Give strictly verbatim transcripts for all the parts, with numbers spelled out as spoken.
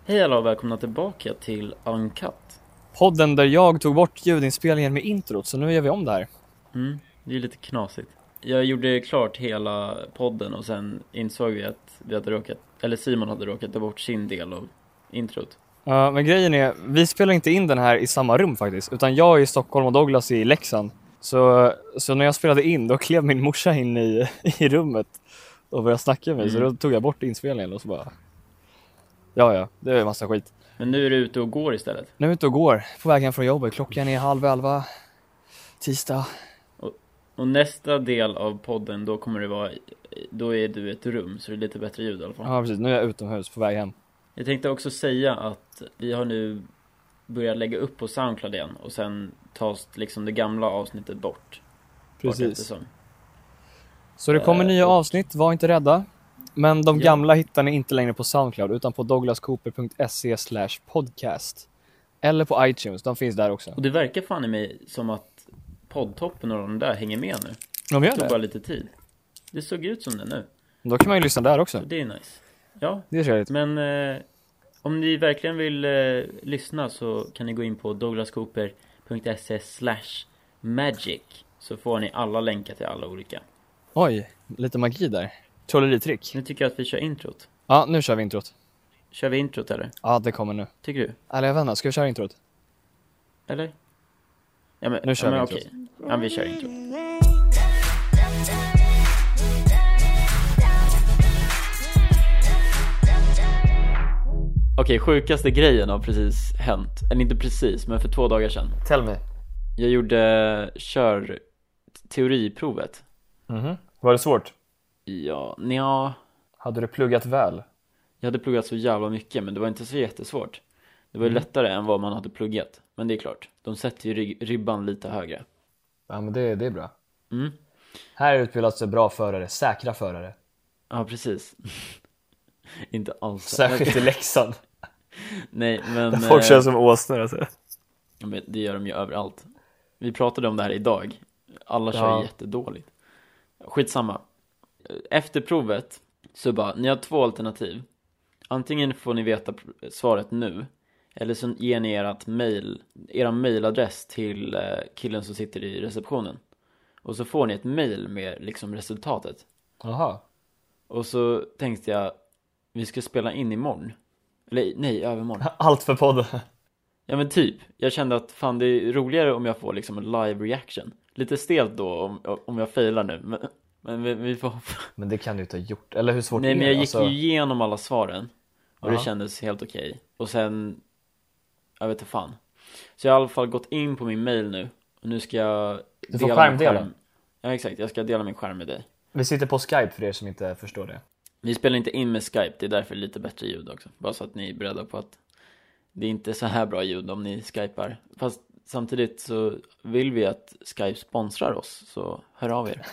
Hej alla och välkomna tillbaka till Uncut. Podden där jag tog bort ljudinspelningen med introt, så nu gör vi om det här. Mm, det är lite knasigt. Jag gjorde klart hela podden och sen insåg vi att vi hade råkat, eller Simon hade råkat ta bort sin del av introt. Ja, men grejen är, vi spelar inte in den här i samma rum faktiskt, utan jag är i Stockholm och Douglas är i Leksand. Så, så när jag spelade in, då klev min morsa in i, i rummet och började snacka med mig, mm. Så då tog jag bort inspelningen och så bara... Ja, ja, det är en massa skit. Men nu är du ute och går istället? Nu är jag ute och går, på vägen från jobbet. Klockan är halv elva, tisdag. Och, och nästa del av podden, då kommer det vara, då är du i ett rum, så det är lite bättre ljud i alla fall. Ja, precis. Nu är jag utomhus på väg hem. Jag tänkte också säga att vi har nu börjat lägga upp på SoundCloud igen och sen tas liksom det gamla avsnittet bort. Precis. Så det kommer uh, nya och... avsnitt, var inte rädda. Men de ja. gamla hittar ni inte längre på SoundCloud utan på douglascooper.se slash podcast. Eller på iTunes, de finns där också. Och det verkar fan i mig som att poddtoppen och de där hänger med nu. De gör det. Det tog bara lite tid. Det såg ut som det nu. Då kan man ju lyssna där också. Så det är nice. Ja, det är trevligt. Men eh, om ni verkligen vill eh, lyssna så kan ni gå in på douglascooper.se slash magic. Så får ni alla länkar till alla olika. Oj, lite magi där. Trolleritrick. Nu tycker jag att vi kör introt. Ja, nu kör vi introt. Kör vi introt eller? Ja, det kommer nu. Tycker du? Eller jag vet inte, ska vi köra introt? Eller? Ja, men, nu kör ja, vi men, introt. Okej. Ja, vi kör introt. Okej, sjukaste grejen har precis hänt. Eller inte precis, men för två dagar sedan. Tell me. Jag gjorde kör teoriprovet. Mhm. Var det svårt? Ja, nja. Hade du pluggat väl? Jag hade pluggat så jävla mycket, men det var inte så jättesvårt. Det var ju mm. lättare än vad man hade pluggat. Men det är klart, de sätter ju ribban lite högre. Ja, men det, det är bra. Mm. Här utbildas det bra förare, säkra förare. Ja, precis. Inte alls. Särskilt i Leksand. Nej, men... Folk känns som åsnor alltså. Ja, men det gör de ju överallt. Vi pratade om det här idag. Alla kör ja. jättedåligt. Skitsamma. Efter provet så bara, ni har två alternativ. Antingen får ni veta svaret nu, eller så ger ni ert mail, era mailadress till killen som sitter i receptionen. Och så får ni ett mail med liksom resultatet. Aha. Och så tänkte jag, vi ska spela in imorgon. Eller nej, övermorgon. Allt för podden. Ja, men typ. Jag kände att fan, det är roligare om jag får liksom en live reaction. Lite stelt då om, om jag failar nu. Men, men vi, vi får... Men det kan du inte ha gjort. Eller hur svårt Nej, är det? men jag gick alltså... ju igenom alla svaren. Och Aha. det kändes helt okej. Och sen, jag vet inte fan. Så jag har i alla fall gått in på min mail nu. Och nu ska jag Du får skärmdela. Skärm. Ja, exakt. Jag ska dela min skärm med dig. Vi sitter på Skype för er som inte förstår det. Vi spelar inte in med Skype. Det är därför lite bättre ljud också. Bara så att ni är beredda på att det är inte så här bra ljud om ni skypar. Fast samtidigt så vill vi att Skype sponsrar oss. Så hör av er.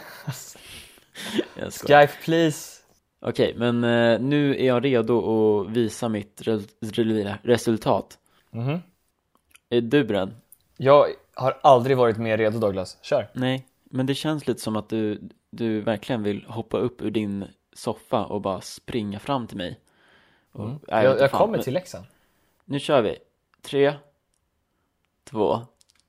Skype please. Okej, men eh, nu är jag redo att visa mitt re- resultat. Mhm. Är du beredd? Jag har aldrig varit mer redo, Douglas. Kör. Nej, men det känns lite som att du, du verkligen vill hoppa upp ur din soffa och bara springa fram till mig. Och, mm. jag, jag, jag fan, kommer men, till Leksand. Nu kör vi. Tre, två,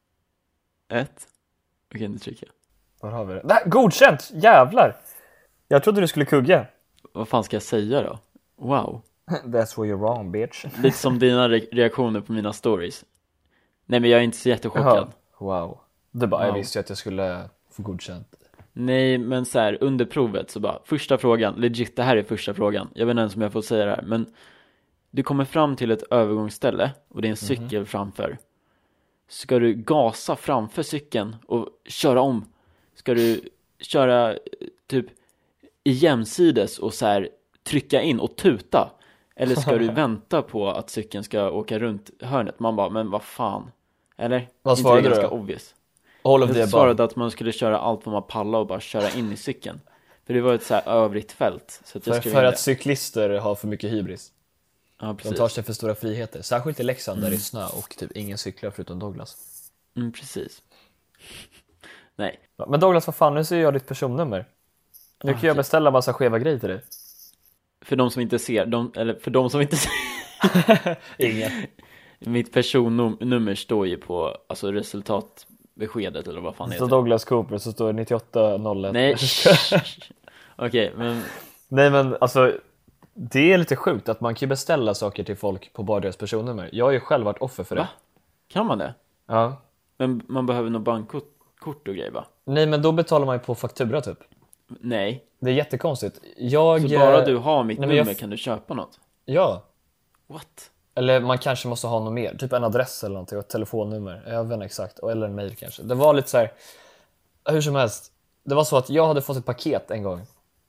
ett. Okej, nu trycker jag. Var har vi det? Nej, godkänt! Jävlar! Jag trodde du skulle kugga. Vad fan ska jag säga då? Wow. That's where you're wrong, bitch. Lite som dina re- reaktioner på mina stories. Nej, men jag är inte så jättechockad. Jaha. Wow. Det bara, wow. Jag visste ju att jag skulle få godkänt. Nej, men så här, under provet så bara, första frågan, legit, det här är första frågan. Jag vet inte ens om jag får säga det här, men du kommer fram till ett övergångsställe och det är en cykel mm-hmm. framför. Ska du gasa framför cykeln och köra om? Ska du köra typ i jämsides och så här trycka in och tuta? Eller ska du vänta på att cykeln ska åka runt hörnet? Man bara, men vad fan? Eller? Vad svarade du då? Ganska obvious. All of jag the svarade above. Att man skulle köra allt vad man pallar och bara köra in i cykeln. För det var ett så här övrigt fält. Så att jag för för att cyklister har för mycket hybris. Ja, precis. De tar sig för stora friheter. Särskilt i Leksand mm. där det är snö och typ ingen cyklar förutom Douglas. Mm, precis. Nej. Ja, men Douglas, vad fan, nu ser jag ditt personnummer. Nu kan ah, jag beställa massa skeva grejer till dig. För de som inte ser, de, eller för de som inte ser. Ingen. Mitt personnummer står ju på alltså resultatbeskedet eller vad fan det Så heter. Douglas Cooper så står det nittioåtta noll ett. Nej. Okej, men Nej men alltså det är lite sjukt att man kan beställa saker till folk på bara deras personnummer. Jag har ju själv varit offer för det. Va? Kan man det? Ja. Men man behöver nog bankkort kort och grejer va? Nej men då betalar man ju på faktura typ. Nej. Det är jättekonstigt. Jag, Så bara du har mitt nej, men nummer jag... kan du köpa något? Ja. What? Eller man kanske måste ha något mer. Typ en adress eller någonting och ett telefonnummer. Jag vet inte exakt. Eller en mail kanske. Det var lite så här. Hur som helst. Det var så att jag hade fått ett paket en gång.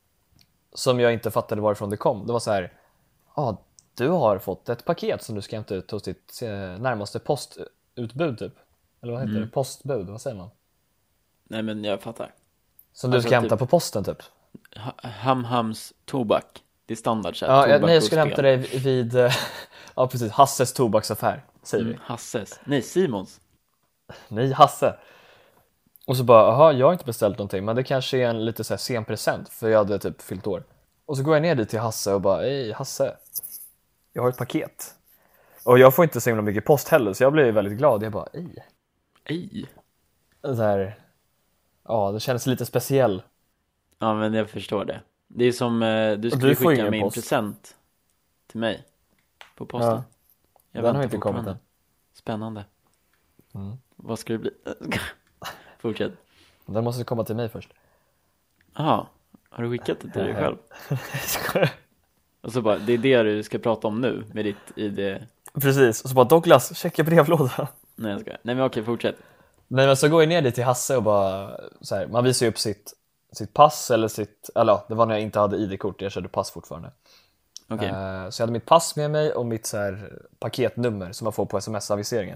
Som jag inte fattade varifrån det kom. Det var så här. Ja, ah, du har fått ett paket som du ska hämta ut hos ditt närmaste postutbud typ. Eller vad heter Mm. det? Postbud, vad säger man? Nej men jag fattar. Som du Alltså, ska hämta typ- på posten typ. Ha- Hamhams tobak. Det är standard så här, Ja, jag, tobak nej, jag och skulle spel. hämta dig vid eh, ja precis, Hasses tobaksaffär säger Mm, vi. Hasses. Nej, Simons. Nej, Hasse. Och så bara, jaha, jag har inte beställt någonting, men det kanske är en lite så här sen present för jag hade typ fyllt år. Och så går jag ner dit till Hasse och bara, hej Hasse, jag har ett paket. Och jag får inte så himla mycket post heller, så jag blev väldigt glad. Jag bara, ej. Ej. Så här, ja, det känns lite speciell. Ja men jag förstår det. Det är som, eh, du Och skulle du får skicka ingen min post. present till mig. På posten. Ja, jag den har väntar inte kommit fortfarande. än. Spännande. Mm. Vad ska det bli? Fortsätt. Den måste komma till mig först. Jaha, har du skickat det till dig själv? Jag skojar. Och så bara, det är det du ska prata om nu med ditt I D. Precis, och så bara, Douglas, checka brevlådan. Nej jag ska. Nej men okej, fortsätt. Nej men så går jag ner dit till Hasse och bara så här, man visar ju upp sitt, sitt pass eller sitt, eller ja, det var när jag inte hade I D-kort, jag körde pass fortfarande. Okej. Eh, så jag hade mitt pass med mig och mitt så här, paketnummer som man får på sms-aviseringen.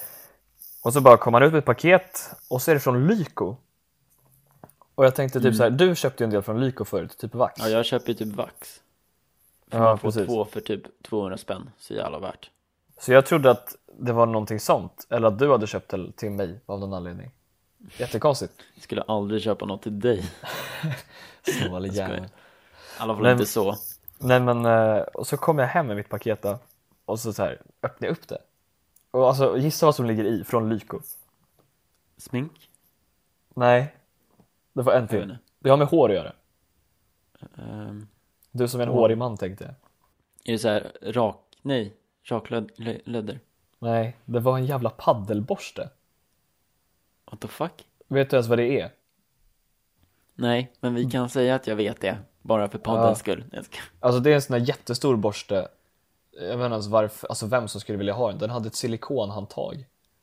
Och så bara kom han ut med ett paket och så är det från Lyko. Och jag tänkte typ Mm. så här, du köpte ju en del från Lyko förut, typ Vax. Ja, jag köper ju typ Vax. För Ja, man får precis. två för typ tvåhundra spänn. Så jävla värt. Så jag trodde att det var någonting sånt, eller att du hade köpt det till mig av någon anledning. Jättekonstigt. Jag skulle aldrig köpa något till dig. Snål Jag skojar. jävel. I alla fall Nej, inte så. Nej men, eh, och så kom jag hem med mitt paket då, och så, så här, öppnade jag upp det. Och alltså, gissa vad som ligger i från Lyko. Smink? Nej, det var en Jag vet till. inte. Det har med hår att göra. Ehm, Du som är en Hår. hårig man tänkte jag. är det så här rak, nej, raklödder? Nej, det var en jävla paddelborste. What the fuck? Vet du ens vad det är? Nej, men vi kan säga att jag vet det. Bara för poddens Ja. skull. Jag ska... Alltså det är en sån här jättestor borste. Jag vet inte ens varför, alltså vem som skulle vilja ha den. Den hade ett silikonhandtag.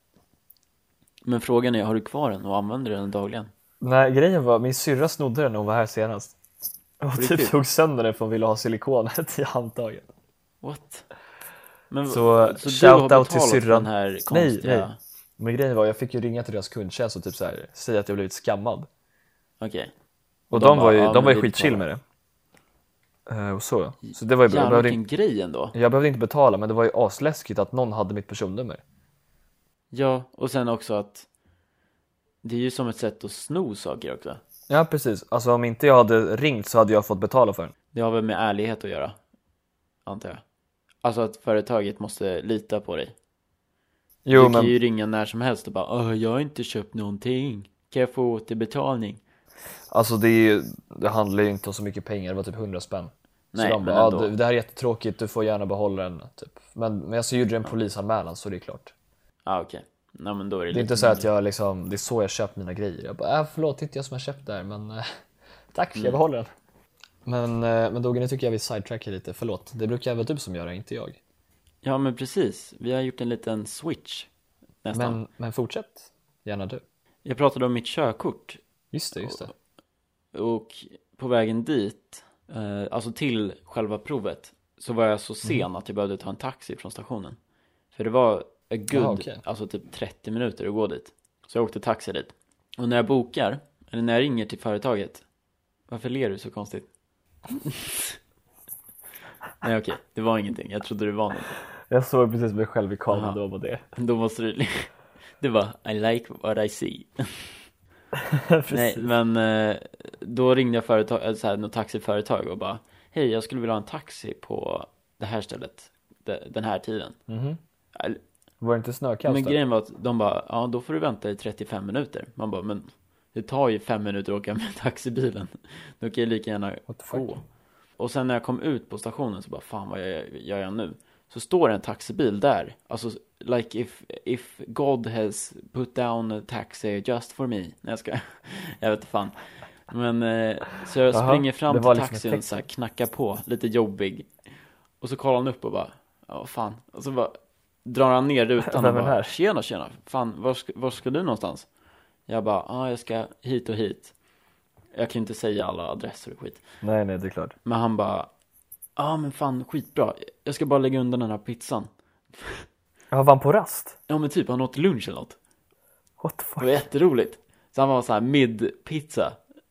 Men frågan är, har du kvar den och använder den dagligen? Nej, grejen var, min syrra snodde den när hon var här senast. Och På typ riktigt? tog sönder den för hon ville ha silikonet i handtaget. What? Men, Så, så shout du har out betalat till för syrran. den här Nej, konstiga... nej. Men grejen var, jag fick ju ringa till deras kundtjänst och typ så här, säga att jag blivit skammad. Okej. Och, Och de, de var bara, ju, ja, de men var ju vi skitchill med betalar. det. Eh, och så. Så det var ju bra. Jag Jävlar behövde, vilken grej ändå. jag behövde inte betala, men det var ju asläskigt att någon hade mitt personnummer. Ja, och sen också att det är ju som ett sätt att sno saker också. Ja, precis. Alltså om inte jag hade ringt så hade jag fått betala för den. Det har väl med ärlighet att göra, antar jag. Alltså att företaget måste lita på dig. Jo, du men kan ju ringa när som helst och bara, Åh, jag har inte köpt någonting. Kan jag få återbetalning? alltså det, är ju, det handlar ju inte om så mycket pengar, det var typ hundra spänn. Nej, så de men bara, ändå. ah, det, det här är jättetråkigt, du får gärna behålla den. Typ. Men, men jag så gjorde en polisanmälan, så det är klart. Ja, ah, okej. Nej, men då är det, Det är lite inte så att mindre. jag liksom, det är så jag köpt mina grejer. Jag bara, äh, förlåt, det är inte jag som har köpt det här, men äh, tack, Mm. jag behåller den. Men, äh, men Dogge, nu tycker jag vi sidetrackar lite, förlåt. Det brukar väl du som göra, inte jag. Ja, men precis. Vi har gjort en liten switch. Nästan. Men, men fortsätt, gärna du. Jag pratade om mitt körkort. Just det, just det. Och på vägen dit, eh, alltså till själva provet, så var jag så sen Mm. att jag behövde ta en taxi från stationen. För det var a good, Ah, okej. alltså typ trettio minuter att gå dit. Så jag åkte taxi dit. Och när jag bokar, eller när jag ringer till företaget, varför ler du så konstigt? Nej okej, det var ingenting. Jag trodde det var något. Jag såg precis mig själv i kameran, Aha. det var bara det. Då måste du le. Det var I like what I see. Nej, men eh, då ringde jag företag, eller så här, något taxiföretag och bara, hej, jag skulle vilja ha en taxi på det här stället. de, den här tiden. Mhm. Eller- Var det inte snökaos Men där? grejen var att de bara, ja då får du vänta i trettiofem minuter. Man bara, men det tar ju fem minuter att åka med taxibilen. Då kan jag lika gärna What the fuck? gå. Och sen när jag kom ut på stationen så bara, fan vad jag, gör jag nu? Så står det en taxibil där. Alltså, like if, if God has put down a taxi just for me. Nej, jag ska, jag vet inte fan. Men, eh, så jag Jaha, springer fram det till var liksom taxin ett och så här, knackar på, lite jobbig. Och så kollar han upp och bara, ja fan. Och så bara drar han ner rutan Vem och är bara, här? tjena, tjena. Fan, var ska, var ska du någonstans? Jag bara, ja ah, jag ska hit och hit. Jag kan inte säga alla adresser och skit. Nej, nej, det är klart. Men han bara, ja ah, men fan skitbra. Jag ska bara lägga undan den här pizzan. Ja, var han på rast? Ja men typ, han åt lunch eller något. What the Det fuck? var jätteroligt. Så han var så här mid-pizza.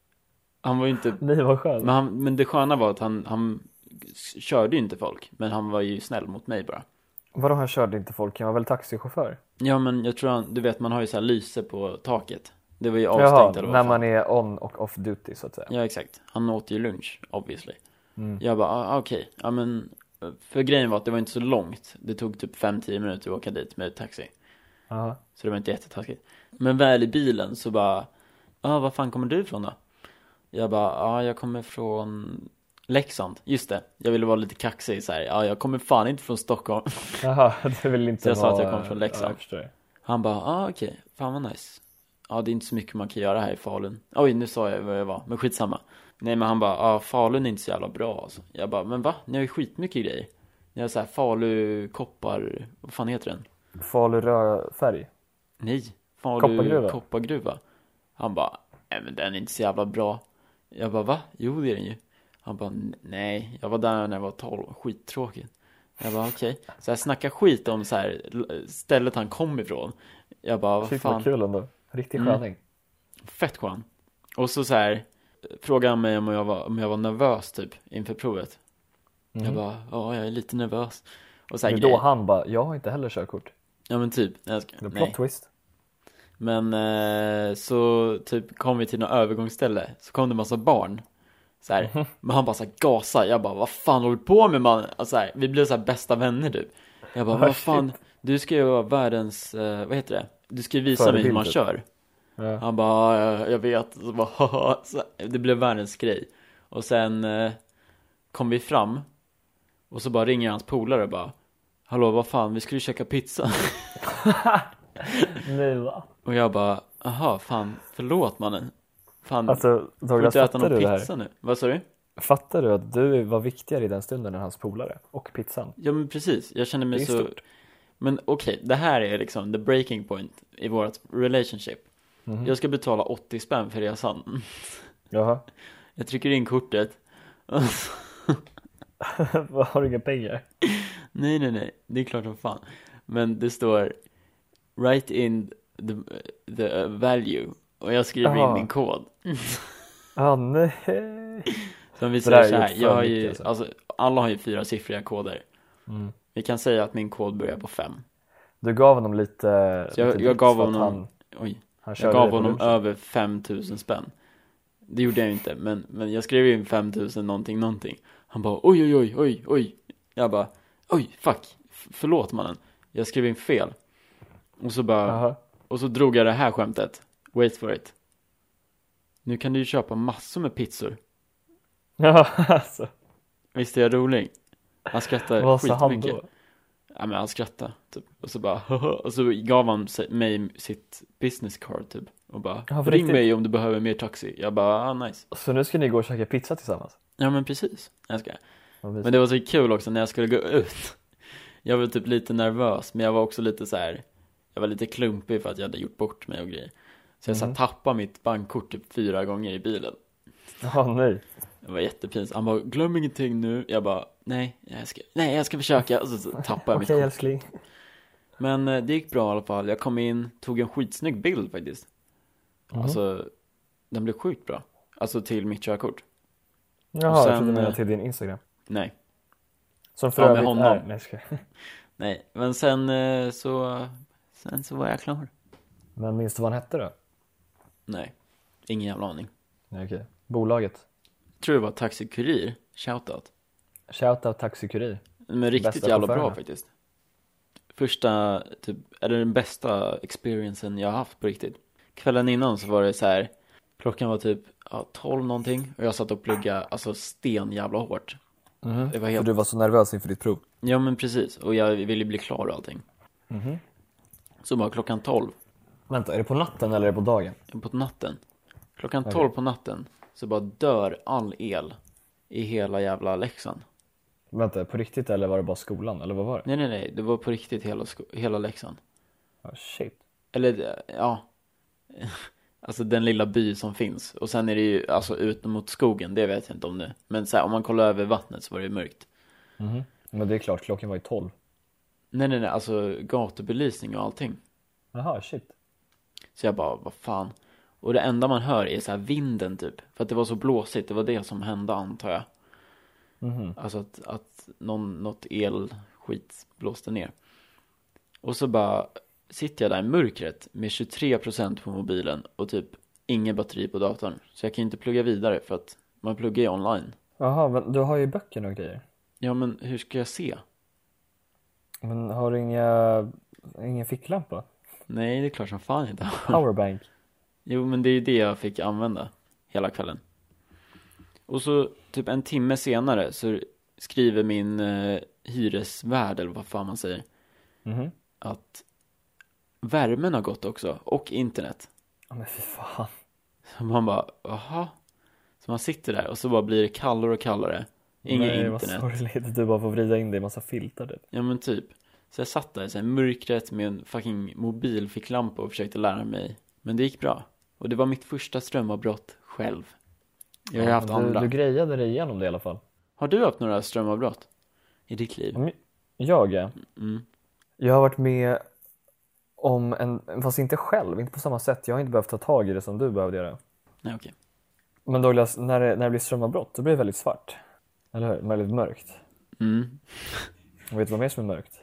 Han var ju inte, Nej, vad skönt. men, han, men det sköna var att han, han körde ju inte folk. Men han var ju snäll mot mig bara. Vadå, han körde inte folk? Han var väl taxichaufför? Ja men jag tror han, du vet man har ju så här lyse på taket. Det var ju Jaha, avstängt eller vad när fan. man är on och off duty så att säga. Ja exakt, han åt ju lunch obviously. Mm. Jag bara, ah, okej, ja men för grejen var att det var inte så långt. Det tog typ fem till tio minuter att åka dit med taxi. Aha. Så det var inte jättetaskigt. Men väl i bilen så bara, ja ah, vad fan kommer du ifrån då? Jag bara, ja ah, jag kommer från Leksand. Just det, jag ville vara lite kaxig så här. Ja ah, jag kommer fan inte från Stockholm. Jaha, det vill inte Så jag sa vara... att jag kom från Leksand. Ja, jag förstår. Han bara, ah okej, fan vad nice. Ja det är inte så mycket man kan göra här i Falun. Oj nu sa jag vad jag var, men skitsamma. Nej men han bara, ja Falun är inte så jävla bra alltså. Jag bara, men va? Ni har ju skitmycket grejer. Ni har så här Falu koppar, vad fan heter den? Faluröfärg. Nej, Falu Koppargruva. koppargruva. Han bara, nej men den är inte så jävla bra. Jag bara, va? Jo det är den ju. Han bara, nej, jag var där när jag var tolv, skittråkigt. Jag bara, okej. Okay. Så jag snackar skit om så här stället han kom ifrån. Jag bara, vad Shit, fan. vad kul ändå. Riktig Mm. sköning. Fett skön. Och så så här frågade han mig om jag var, om jag var nervös typ inför provet. Mm. Jag bara, ja jag är lite nervös. Och så här Men då grejer. han bara, jag har inte heller körkort. Ja men typ, jag ska, Det är nej. plot twist. Men eh, så typ kom vi till något övergångsställe. Så kom det massa barn. Så här, Mhm. men han bara så här gasa. Jag bara, vad fan håller du på med man? Alltså, så här, vi blev så här bästa vänner typ. Jag bara, Ah, vad fan, du ska ju vara världens, eh, vad heter det? Du ska ju visa mig hur man Förebild, kör. Ja. Han bara, ja, jag vet. Så bara, haha. Så det blev världens grej. Och sen eh, kom vi fram. Och så bara ringer hans polare och bara, hallå vad fan, vi skulle käka pizza. Nej, va? Och jag bara, aha, fan, förlåt mannen. Fan, Alltså, får Douglas, inte äta fattar någon du det pizza här? nu? Vad sa du? Fattar du att du var viktigare i den stunden än hans polare? Och pizzan? Ja men precis, jag känner mig Det är så stort. Men okej, det här är liksom the breaking point i vårt relationship. Mhm. Jag ska betala åttio spänn för resan. Jaha. Jag trycker in kortet. Vad, har du inga pengar? Nej, nej, nej, det är klart som fan. Men det står write in the, the value. Och jag skriver Jaha. in min kod. Ah, nej. Som vi Det där säger så är här, gjort för jag har mycket, ju, alltså. alltså, alla har ju fyra siffriga koder. Mm. Vi kan säga att min kod börjar på fem. Du gav honom lite... Så jag, lite jag tips gav för att honom, Han, oj, han jag körde gav dig på honom lunchen. över fem tusen spänn. Det gjorde jag ju inte, men, men jag skrev in fem tusen någonting, någonting. Han bara, oj, oj, oj, oj, oj. Jag bara, oj, fuck, F- förlåt mannen. Jag skrev in fel. Och så bara, Jaha. och så drog jag det här skämtet. Wait for it. Nu kan du ju köpa massor med pizzor. Ja, alltså. Visst är jag rolig? Han skrattar Vad sa han skitmycket. då? Ja men han skrattade typ. Och så bara och så gav han sig- mig sitt business card typ. Och bara, Ja, för ring riktigt? mig om du behöver mer taxi. Jag bara, ah nice. Så nu ska ni gå och käka pizza tillsammans? Ja men precis, jag ska. Vad Men mysigt. det var så kul också när jag skulle gå ut. Jag var typ lite nervös. Men jag var också lite så här. Jag var lite klumpig för att jag hade gjort bort mig och grejer. Så jag Mhm. mm. tappade mitt bankkort typ fyra gånger i bilen. Ja, nej. Det var jättepinsamt. Han bara, glöm ingenting nu. Jag bara, nej jag ska, nej, jag ska försöka. Och så, så tappade jag mitt Okej, kort. älskling. Men eh, det gick bra i alla fall. Jag kom in, tog en skitsnygg bild faktiskt. Mhm. Alltså, den blev sjukt bra. Alltså till mitt körkort. Jaha, och jag sen, trodde du menade eh, till din Instagram. Nej, Som för ja, med övrigt honom. är... Nej, ska... nej. Men sen eh, så, sen så var jag klar. Men minns du vad han hette då? Nej, ingen jävla aning. Nej, okej. Bolaget. Tror det var Taxi Kurir, shoutout. Shoutout Taxi Kurir. Men riktigt Bästa jävla bra chaufförerna. faktiskt. Första, typ, eller den bästa experiencen jag har haft på riktigt. Kvällen innan så var det så här. Klockan var typ ja, tolv någonting. Och jag satt och pluggade alltså sten jävla hårt. Mm. Det var helt... För du var så nervös inför ditt prov. Ja men precis, och jag ville bli klar och allting. Mhm. Så bara klockan tolv Vänta, är det på natten eller är det på dagen? på natten. Klockan Okej. tolv på natten så bara dör all el i hela jävla Leksand. Vänta, på riktigt eller var det bara skolan? Eller vad var det? Nej nej nej, det var på riktigt hela, sko- hela Leksand. Oh, shit. Eller ja, alltså den lilla by som finns. Och sen är det ju alltså ut mot skogen, det vet jag inte om det. Men så här, om man kollar över vattnet så var det ju mörkt. Mhm. Men det är klart, klockan var ju tolv. Nej nej nej, alltså gatubelysning och allting. Jaha, shit. Så jag bara, vad fan. Och det enda man hör är så här vinden typ. För att det var så blåsigt, det var det som hände antar jag. Mhm. Alltså att, att någon, något elskit blåste ner. Och så bara sitter jag där i mörkret med tjugotre procent på mobilen och typ ingen batteri på datorn. Så jag kan inte plugga vidare för att man pluggar ju online. Jaha, men du har ju böcker och grejer. Ja men hur ska jag se? Men har du inga, ingen ficklampa? Nej det är klart som fan inte. Powerbank? Jo men det är ju det jag fick använda hela kvällen. Och så typ en timme senare så skriver min eh, hyresvärd eller vad fan man säger Mhm. att värmen har gått också och internet. Ja men fy fan. Så man bara, jaha. Så man sitter där och så bara blir det kallare och kallare. Inget Nej, internet. vad sorgligt. Du bara får vrida in dig i massa filtar typ. Ja men typ. Så jag satt där i så här mörkret med en fucking mobilficklampa och försökte lära mig. Men det gick bra. Och det var mitt första strömavbrott själv. Jag har ju haft du, andra. Du grejade dig igenom det i alla fall. Har du haft några strömavbrott i ditt liv? Om Jag är. Mm. Jag har varit med om en, fast inte själv, inte på samma sätt. Jag har inte behövt ta tag i det som du behövde göra. Nej okej. Men Douglas, när det, när det blir strömavbrott, då blir det väldigt svart. Eller hur? Väldigt mörkt. Mm. Och vet du vad mer som är mörkt?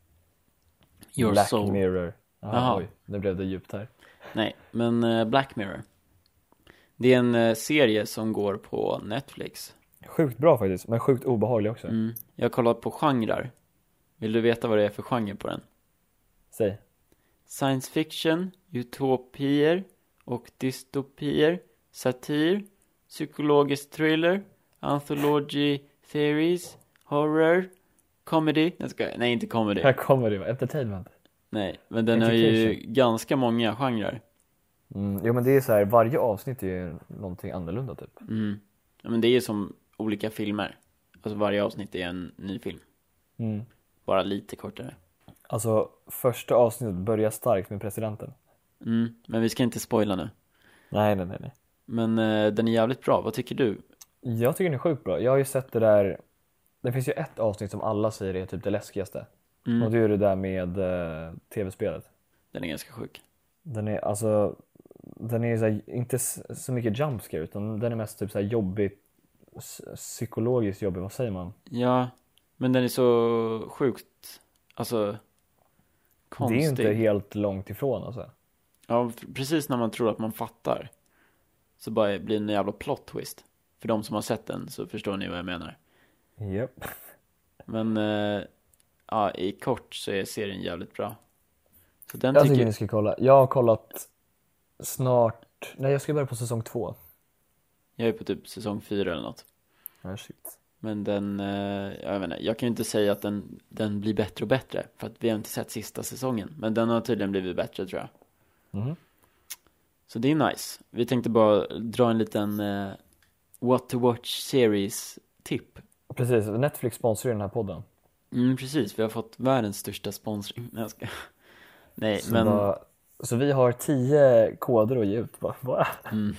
Your Black soul. Mirror. Jaha. Aha, oj, nu blev det djupt här. Nej, men eh, Black Mirror. Det är en eh, serie som går på Netflix. Sjukt bra faktiskt, men sjukt obehaglig också. Mm. Jag har kollat på genrer. Vill du veta vad det är för genre på den? Säg. Science fiction, utopier och dystopier, satir, psykologisk thriller, anthology theories, horror, comedy. Jag ska, nej, inte comedy. Här kommer det, entertainment. Nej, men den har ju Education. ganska många genrer. Mm, jo men det är så här, varje avsnitt är ju någonting annorlunda typ. Mm. Ja, men det är ju som olika filmer. Alltså varje avsnitt är en ny film. Mm. Bara lite kortare. Alltså första avsnittet börjar starkt med presidenten. Mm. Men vi ska inte spoila nu. Nej, nej, nej, nej. Men eh, den är jävligt bra. Vad tycker du? Jag tycker den är sjukt bra. Jag har ju sett det där. Det finns ju ett avsnitt som alla säger är typ det läskigaste. Mm. Och det är det där med uh, tv-spelet. Den är ganska sjuk. Den är alltså, den är så här, inte s- så mycket jumpscare utan den är mest typ så här jobbig, s- psykologiskt jobbig, vad säger man? Ja, men den är så sjukt, alltså, konstig. Det är inte helt långt ifrån alltså. Ja, f- precis när man tror att man fattar så bara blir det en jävla plot twist. För de som har sett den så förstår ni vad jag menar. Japp. Men eh, ja, i kort så är serien jävligt bra. Så den Jag tycker tycker ni ska kolla. Jag har kollat snart, nej jag ska börja på säsong två. jag är på typ säsong fyra eller något. Ja, shit. Men den, eh, jag vet inte, jag kan ju inte säga att den, den blir bättre och bättre. För att vi har inte sett sista säsongen. Men den har tydligen blivit bättre tror jag. Mhm. Så det är nice. Vi tänkte bara dra en liten eh, What to Watch series tipp. Precis, Netflix sponsrar ju den här podden. Mm, precis. Vi har fått världens största sponsring. Nej, jag ska... Nej Så, men... bara, så vi har tio koder att ge ut. Bara, bara. Mm.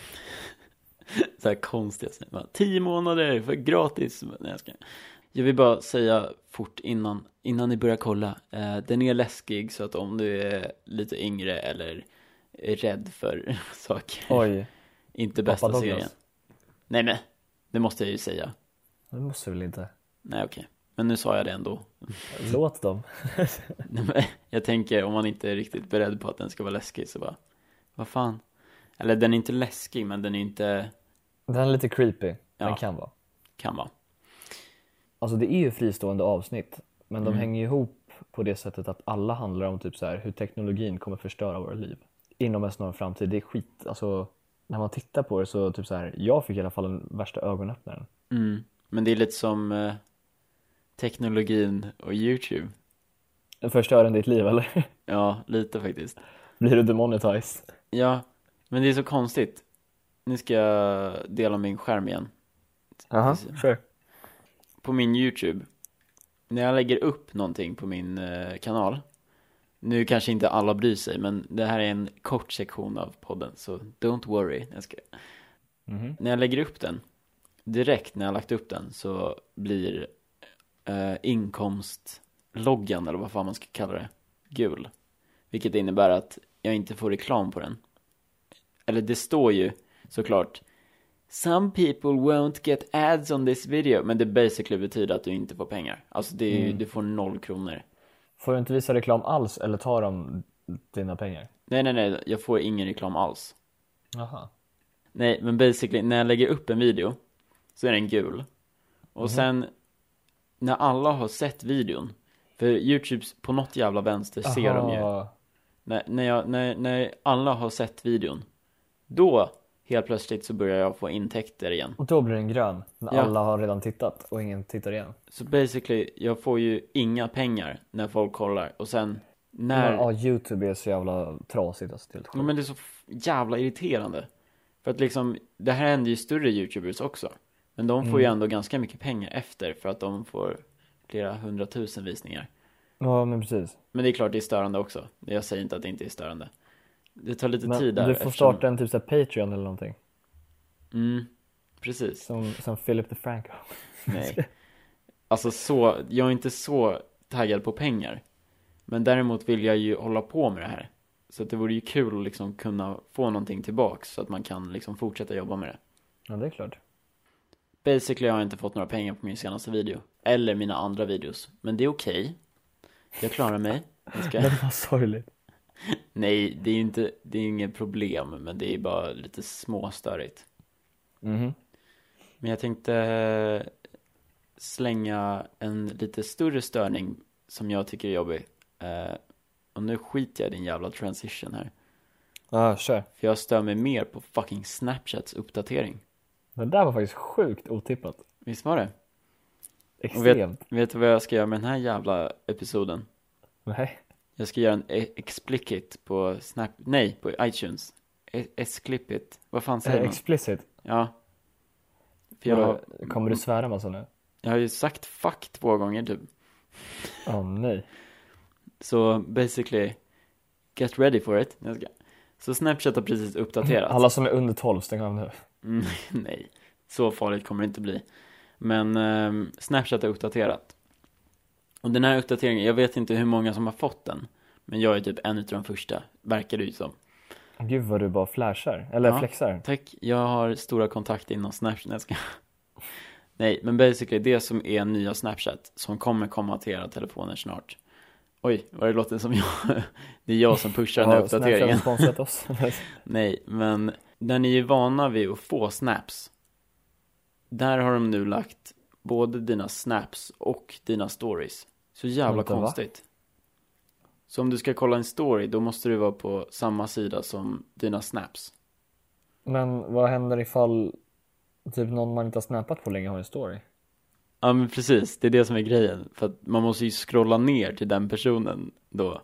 Så här konstiga bara, tio månader för gratis. Nej, jag ska... Jag vill bara säga fort innan, innan ni börjar kolla. Eh, den är läskig så att om du är lite yngre eller är rädd för saker. Oj, Inte bästa Pappa serien. Douglas. Nej men, det måste jag ju säga. det måste väl inte. Nej okej, men nu sa jag det ändå. Låt dem. Nej, men jag tänker om man inte är riktigt beredd på att den ska vara läskig så bara, vad fan. Eller den är inte läskig men den är inte, Den är lite creepy. Den Ja. kan vara. kan vara. alltså det är ju fristående avsnitt, men Mm. de hänger ju ihop på det sättet att alla handlar om typ så här hur teknologin kommer förstöra våra liv inom en snar framtid. Det är skit, alltså när man tittar på det så typ så här, jag fick i alla fall den värsta ögonöppnaren. Mm. Men det är lite som eh, teknologin och YouTube. Förstör den ditt liv eller? Ja, lite faktiskt. Blir du demonetized? Ja, men det är så konstigt. Nu ska jag dela min skärm igen. Jaha, sure. På min YouTube, när jag lägger upp någonting på min eh, kanal, nu kanske inte alla bryr sig, men det här är en kort sektion av podden, så don't worry. Jag ska... Mhm. När jag lägger upp den, direkt när jag har lagt upp den, så blir eh, inkomstloggan, eller vad fan man ska kalla det, gul. Vilket innebär att jag inte får reklam på den. Eller det står ju såklart some people won't get ads on this video, men det basically betyder att du inte får pengar. Alltså det är, Mm. du får noll kronor. Får du inte visa reklam alls eller tar de dina pengar? Nej, nej, nej, jag får ingen reklam alls. Jaha. Nej, men basically när jag lägger upp en video så är den gul. Och Mhm. sen när alla har sett videon, för YouTube på något jävla vänster ser de ju. Aha. När, när, jag, när, när alla har sett videon, då helt plötsligt så börjar jag få intäkter igen. Och då blir den grön, när Ja. alla har redan tittat och ingen tittar igen. Så basically, jag får ju inga pengar när folk kollar. Och sen när... Ja, YouTube är så jävla trasigt alltså, helt Ja, sjukt. men det är så f- jävla irriterande. För att liksom, det här händer ju större YouTubers också. Men de får ju Mm. ändå ganska mycket pengar efter, för att de får flera hundratusen visningar. Ja, men precis. Men det är klart det är störande också. Jag säger inte att det inte är störande. Det tar lite Men tid där. du får eftersom- starta en typ så här Patreon eller någonting. Mm, precis. Som, som Philip DeFranco. Nej. Alltså så, jag är inte så taggad på pengar. Men däremot vill jag ju hålla på med det här. Så att det vore ju kul att liksom kunna få någonting tillbaks, så att man kan liksom fortsätta jobba med det. Ja, det är klart. Basically har jag inte fått några pengar på min senaste video. Eller mina andra videos. Men det är okej. Jag klarar mig. Jag ska... Det var sorgligt. Nej, det är ju inte, det är inget problem. Men det är bara lite småstörigt. Mhm. Men jag tänkte slänga en lite större störning som jag tycker är jobbig. Eh, och nu skiter jag i din jävla transition här. Ja, kör. För jag stör mig mer på fucking Snapchats uppdatering. Det där var faktiskt sjukt otippat. Visst var det? Extremt. Vet du vad jag ska göra med den här jävla episoden? Nej. Jag ska göra en e- explicit på Snap... Nej, på iTunes. E- Exclipit. Vad fan säger Eh, man? explicit. Ja. För jag, har- Kommer du svära massa nu? jag har ju sagt fuck två gånger typ. Åh oh, nej. Så basically, get ready for it. Jag ska. Så Snapchat har precis uppdaterat. Alla som är under tolv, stäng av nu. Mm, nej, så farligt kommer det inte bli. Men ehm, Snapchat har uppdaterat. Och den här uppdateringen, jag vet inte hur många som har fått den. Men jag är typ en av de första, verkar det ju som. Gud vad du bara flashar. Eller Ja. flexar. Tack, jag har stora kontakter inom Snapchat. Jag ska... Nej, men basically det som är nya Snapchat, som kommer komma till era telefoner snart. Oj, vad det låter som jag. Det är jag som pushar den här Ja, Snapchat har uppdateringen. sponsrat oss. Nej, men när ni är vana vid att få snaps, där har de nu lagt både dina snaps och dina stories. Så jävla Vänta, va? konstigt. Så om du ska kolla en story, då måste du vara på samma sida som dina snaps. Men vad händer ifall typ någon man inte har snappat på länge har en story? Ja, men precis, det är det som är grejen. För att man måste ju scrolla ner till den personen då.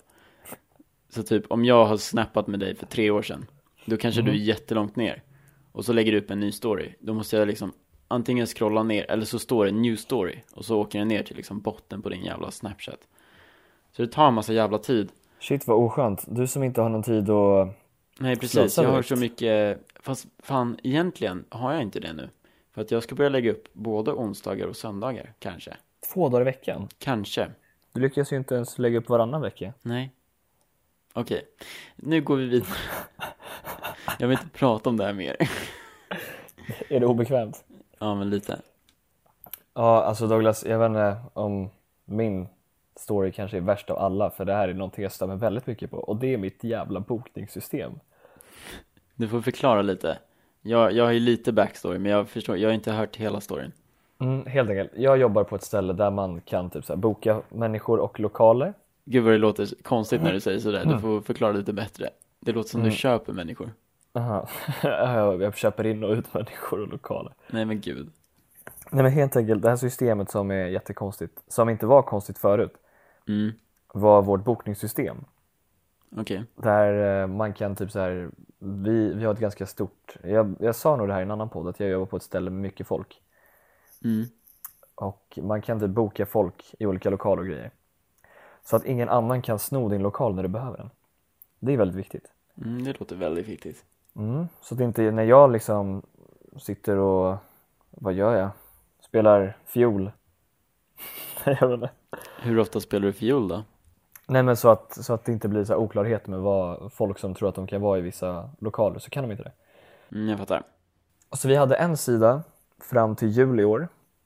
Så typ, om jag har snappat med dig för tre år sedan, då kanske Mhm. du är jättelångt ner. Och så lägger du upp en ny story. Då måste jag liksom antingen scrolla ner, eller så står det new story. Och så åker den ner till liksom botten på din jävla Snapchat. Så det tar en massa jävla tid. Shit vad oskönt. Du som inte har någon tid att... Nej, precis, Slösa jag har direkt. så mycket. Fast fan, egentligen har jag inte det nu. För att jag ska börja lägga upp både onsdagar och söndagar, kanske. Två dagar i veckan. Kanske. Du lyckas ju inte ens lägga upp varannan vecka. Nej. Okej, nu går vi vidare. Jag vill inte prata om det här mer. Är det obekvämt? Ja, men lite. Ja, alltså Douglas, jag vet inte om min story kanske är värst av alla. För det här är någonting jag stör mig väldigt mycket på. Och det är mitt jävla bokningssystem. Du får förklara lite. Jag, jag har ju lite backstory, men jag förstår, jag har inte hört hela storyn. Mm, helt enkelt. Jag jobbar på ett ställe där man kan typ så här, boka människor och lokaler. Gud vad det låter konstigt när du säger sådär. Du får förklara lite bättre. Det låter som Mm. du köper människor. Aha. Jag köper in och ut människor och lokaler. Nej men gud. Nej men helt enkelt, det här systemet som är jättekonstigt, som inte var konstigt förut, Mm. var vårt bokningssystem. Okej. Där eh, man kan typ så här, vi, vi har ett ganska stort, jag, jag sa nog det här i en annan podd, att jag jobbar på ett ställe med mycket folk. Mm. Och man kan typ boka folk i olika lokaler och grejer. Så att ingen annan kan sno din lokal när du behöver den. Det är väldigt viktigt. Mm, det låter väldigt viktigt. Mm. Så att inte när jag liksom sitter och, vad gör jag? Spelar fiol. Jag vet inte. Hur ofta spelar du fiol då? Nej men så att, så att det inte blir så här oklarhet med vad folk som tror att de kan vara i vissa lokaler, så kan de inte det. Mm, jag fattar. Så vi hade en sida fram till jul i år.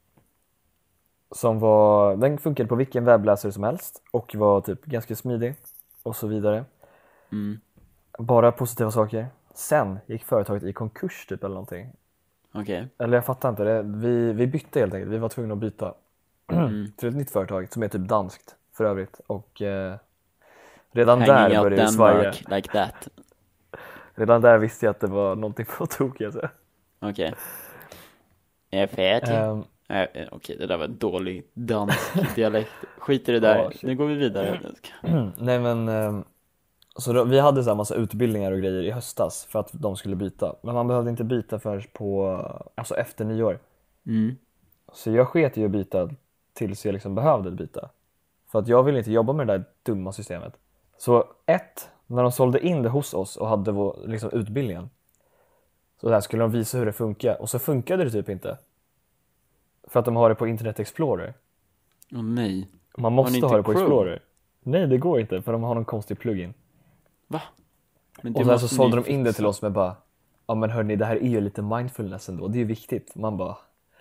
Som var, den funkade på vilken webbläsare som helst och var typ ganska smidig och så vidare. Mm. Bara positiva saker. Sen gick företaget i konkurs typ eller någonting. Okej. Eller jag fattar inte det. Vi, vi bytte helt enkelt. Vi var tvungna att byta Mm. till ett nytt företag som är typ danskt för övrigt. Och eh, redan Hanging där out började det svaja. Denmark like that. Redan där visste jag att det var någonting på tok. Alltså. Okej. Jag är färdig. Um, Nej, eh, okej, det där var en dålig dansk dialekt. Skit i det där. Ja, shit. Nu går vi vidare. nej men um, så då, vi hade så här massa utbildningar och grejer i höstas för att de skulle byta. Men man behövde inte byta förrän på, alltså efter nyår. Mm. Så jag sket i att byta tills jag liksom behövde byta. För att jag ville inte jobba med det där dumma systemet. Så ett, när de sålde in det hos oss och hade vår, liksom, utbildningen. Så där skulle de visa hur det funkar. Och så funkade det typ inte. För att de har det på Internet Explorer. Åh nej. Man ni måste inte ha det på Chrome? Explorer. Nej, det går inte för de har någon konstig plugin. Va? Men Och sen så måste sålde ni de in det fixa. till oss med bara, ja men hörni, det här är ju lite mindfulness ändå. Det är ju viktigt. Man bara,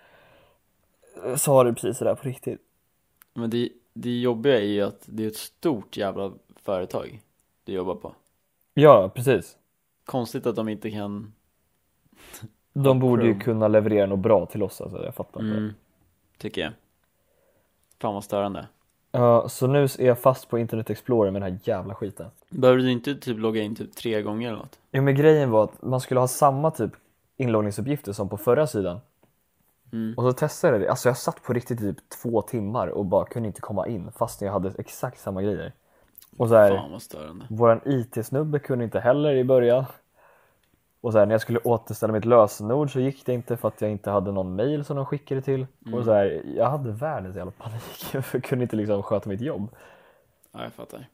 sa det precis sådär på riktigt. Men det, det jobbiga är ju att det är ett stort jävla företag du jobbar på. Ja, precis. Konstigt att de inte kan... De borde ju Chrome. kunna leverera något bra till oss, alltså, jag fattar inte. Mm, tycker jag. Fan vad störande. Ja, så nu är jag fast på Internet Explorer med den här jävla skiten. Behöver du inte typ logga in typ tre gånger eller något? Jo, men grejen var att man skulle ha samma typ inloggningsuppgifter som på förra sidan. Mm. Och så testade jag det. Alltså jag satt på riktigt typ två timmar och bara kunde inte komma in fast jag hade exakt samma grejer. Och så här, Fan vad störande. våran I T-snubbe kunde inte heller i början. Och så här, när jag skulle återställa mitt lösenord så gick det inte för att jag inte hade någon mail som de skickade till. Mm. Och så här, jag hade världens jävla panik för jag kunde inte liksom sköta mitt jobb. Ja, jag fattar.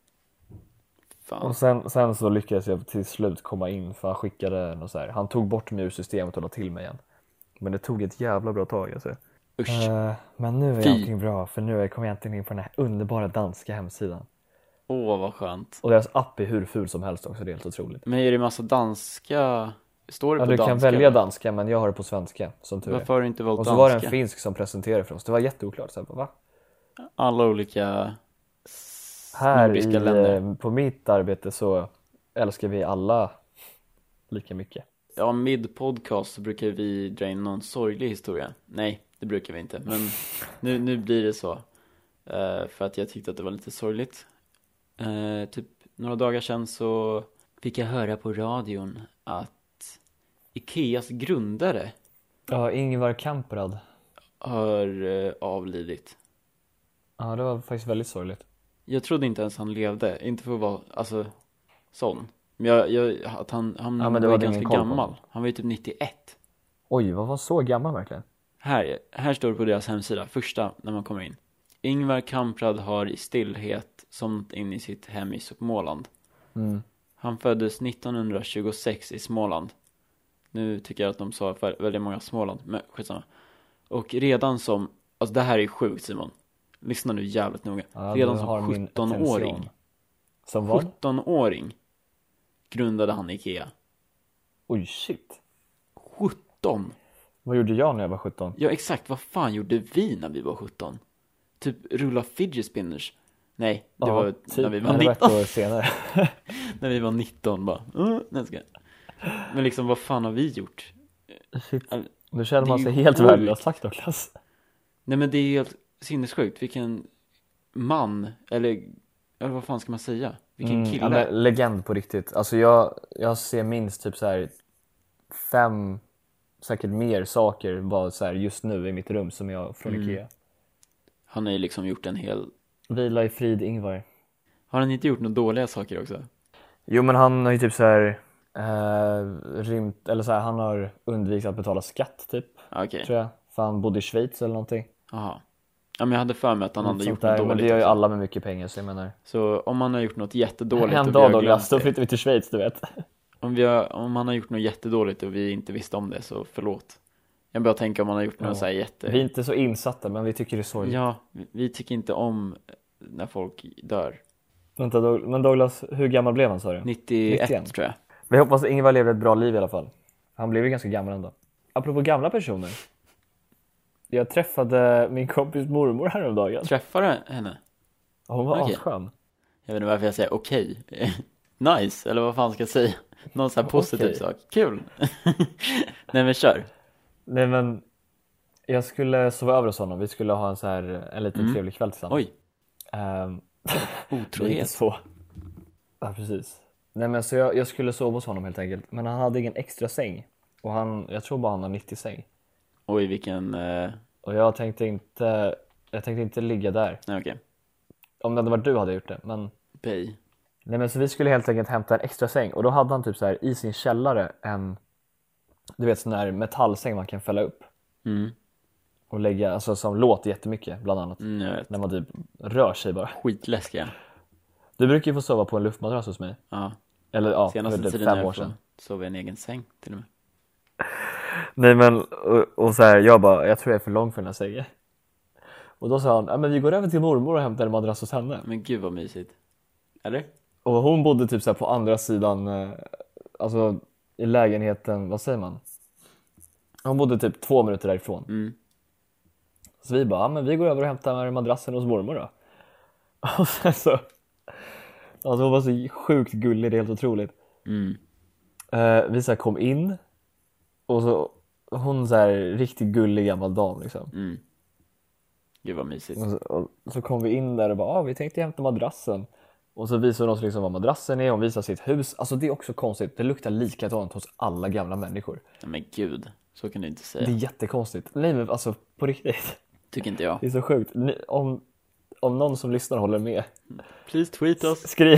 Fan. Och sen, sen så lyckades jag till slut komma in för han skickade något så här. Han tog bort mig ur systemet och la till mig igen. Men det tog ett jävla bra tag alltså. Usch. Uh, men nu är Fy. allting bra för nu kommer jag äntligen in på den här underbara danska hemsidan. Åh, vad skönt. Och deras app är hur ful som helst också, det är helt otroligt. Men är det massa danska... Står det Ja, på du danska? kan välja eller? danska men jag har det på svenska som tur är. Varför har du inte valt Och så danska? var det en finsk som presenterade för oss. Det var jätteoklart. Så här, va? Alla olika s- Här nordiska i, länder. eh, på mitt arbete så älskar vi alla lika mycket. Ja, mid-podcast så brukar vi dra in någon sorglig historia. Nej, det brukar vi inte. Men nu, nu blir det så. Eh, för att jag tyckte att det var lite sorgligt. Eh, typ några dagar sedan så fick jag höra på radion att Ikeas grundare Ja, Ingvar Kamprad. har eh, avlidit. Ja, det var faktiskt väldigt sorgligt. Jag trodde inte ens han levde. Inte för att vara, alltså, sån. Men jag, jag, att han, han Ja, men det var var ingen ganska koll på gammal. honom. Han var ju typ nittioett. Oj, vad var så gammal verkligen? Här, här står det på deras hemsida, första när man kommer in. Ingvar Kamprad har i stillhet somnat in i sitt hem i Småland. Mm. Han föddes nittonhundratjugosex i Småland. Nu tycker jag att de sa för väldigt många Småland, men skitsamma. Och redan som, alltså det här är sjukt Simon. Lyssna nu jävligt noga. Ja, redan du har som min sjuttonåring. attention. Som vad? sjuttonåring grundade han Ikea. Oj, shit. sjutton! Vad gjorde jag när jag var sjutton? Ja, exakt. Vad fan gjorde vi när vi var sjutton? Typ rulla fidget spinners. Nej, det Ja, var typ, när vi var men det var ett nitton. år senare. När vi var nitton bara. Uh, nej, ska. Men liksom, vad fan har vi gjort? Shit. All- Nu känner det man är sig ju helt sjukt. värdelös, tack Douglas. Nej men det är helt sinnessjukt. Vilken man, eller, eller vad fan ska man säga? Vilken Mm, kille. ja, men legend på riktigt. Alltså jag, jag ser minst typ så här fem, säkert mer saker bara så här just nu i mitt rum som jag från Mm. Ikea. Han har ju liksom gjort en hel... Vila i frid, Ingvar. Har han inte gjort några dåliga saker också? Jo, men han har ju typ så här eh, rymt, eller så här, han har undvikit att betala skatt typ, Okej, okay. tror jag. För han bodde i Schweiz eller någonting. Jaha. Ja, men jag hade för mig att han hade Sånt gjort där, något men dåligt det gör ju också. alla med mycket pengar, så jag menar. Så om han har gjort något jättedåligt En och vi dag har Douglas, glömt då det, flyttar vi till Schweiz, du vet. om, vi har, om han har gjort något jättedåligt och vi inte visste om det, så förlåt. Jag bara tänker om han har gjort Ja. något så här jätte... Vi är inte så insatta, men vi tycker det är sorgligt. Ja, vi, vi tycker inte om när folk dör. Vänta, Doug- men Douglas, hur gammal blev han, sa du? nittioett nittioett. tror jag. Vi hoppas att Ingvar lever ett bra liv i alla fall. Han blev ju ganska gammal ändå. Apropå gamla personer. Jag träffade min kompis mormor häromdagen. Träffade du henne? Hon var Okej. asskön. Jag vet inte varför jag säger okej. Nice, eller vad fan ska jag säga? Någon sån här positiv Okej. sak. Kul. Nej men kör. Nej, men jag skulle sova över hos honom. Vi skulle ha en så här en liten Mm. trevlig kväll tillsammans. Oj, Ehm, det är inte otrohet. så. Ja, precis. Nej, men så jag, jag skulle sova hos honom helt enkelt. Men han hade ingen extra säng. Och han, jag tror bara han har nittio säng. Oj, vilken... Eh... Och jag tänkte inte, jag tänkte inte ligga där. Nej okej. Om det hade varit du hade jag gjort det. Men Pay. nej, men så vi skulle helt enkelt hämta en extra säng. Och då hade han typ så här i sin källare en, du vet, sån här metallsäng man kan fälla upp. Mm. Och lägga, alltså som låter jättemycket bland annat. Mm, jag vet. När man typ rör sig bara. Skitläskiga. Du brukar ju få sova på en luftmadrass hos mig. Ja. Eller ja, Senaste för typ tiden fem har år jag sedan. fått sova i en egen säng till och med. Nej, men och, och så här, jag bara, jag tror jag är för lång för den här sängen. Och då sa han, ja, men vi går över till mormor och hämtar en madrass hos henne. Men gud vad mysigt. Eller? Och hon bodde typ så här på andra sidan, eh, alltså i lägenheten, vad säger man? Hon bodde typ två minuter därifrån. Mm. Så vi bara, ja, men vi går över och hämtar madrassen hos mormor då. Och sen så, alltså hon var så sjukt gullig, det är helt otroligt. Mm. Eh, vi så här kom in och så hon så här riktigt gullig gammal dam liksom. Mm. Gud vad mysigt. Och så, och så kom vi in där och bara, ah, vi tänkte hämta madrassen. Och så visar hon oss liksom vad madrassen är, hon visar sitt hus. Alltså det är också konstigt, det luktar likadant hos alla gamla människor. Nej, men gud, så kan du inte Det säga. är jättekonstigt. Nej, men alltså på riktigt. Tycker inte jag. Det är så sjukt. Ni, om, om någon som lyssnar håller med, Please tweet us. skriv.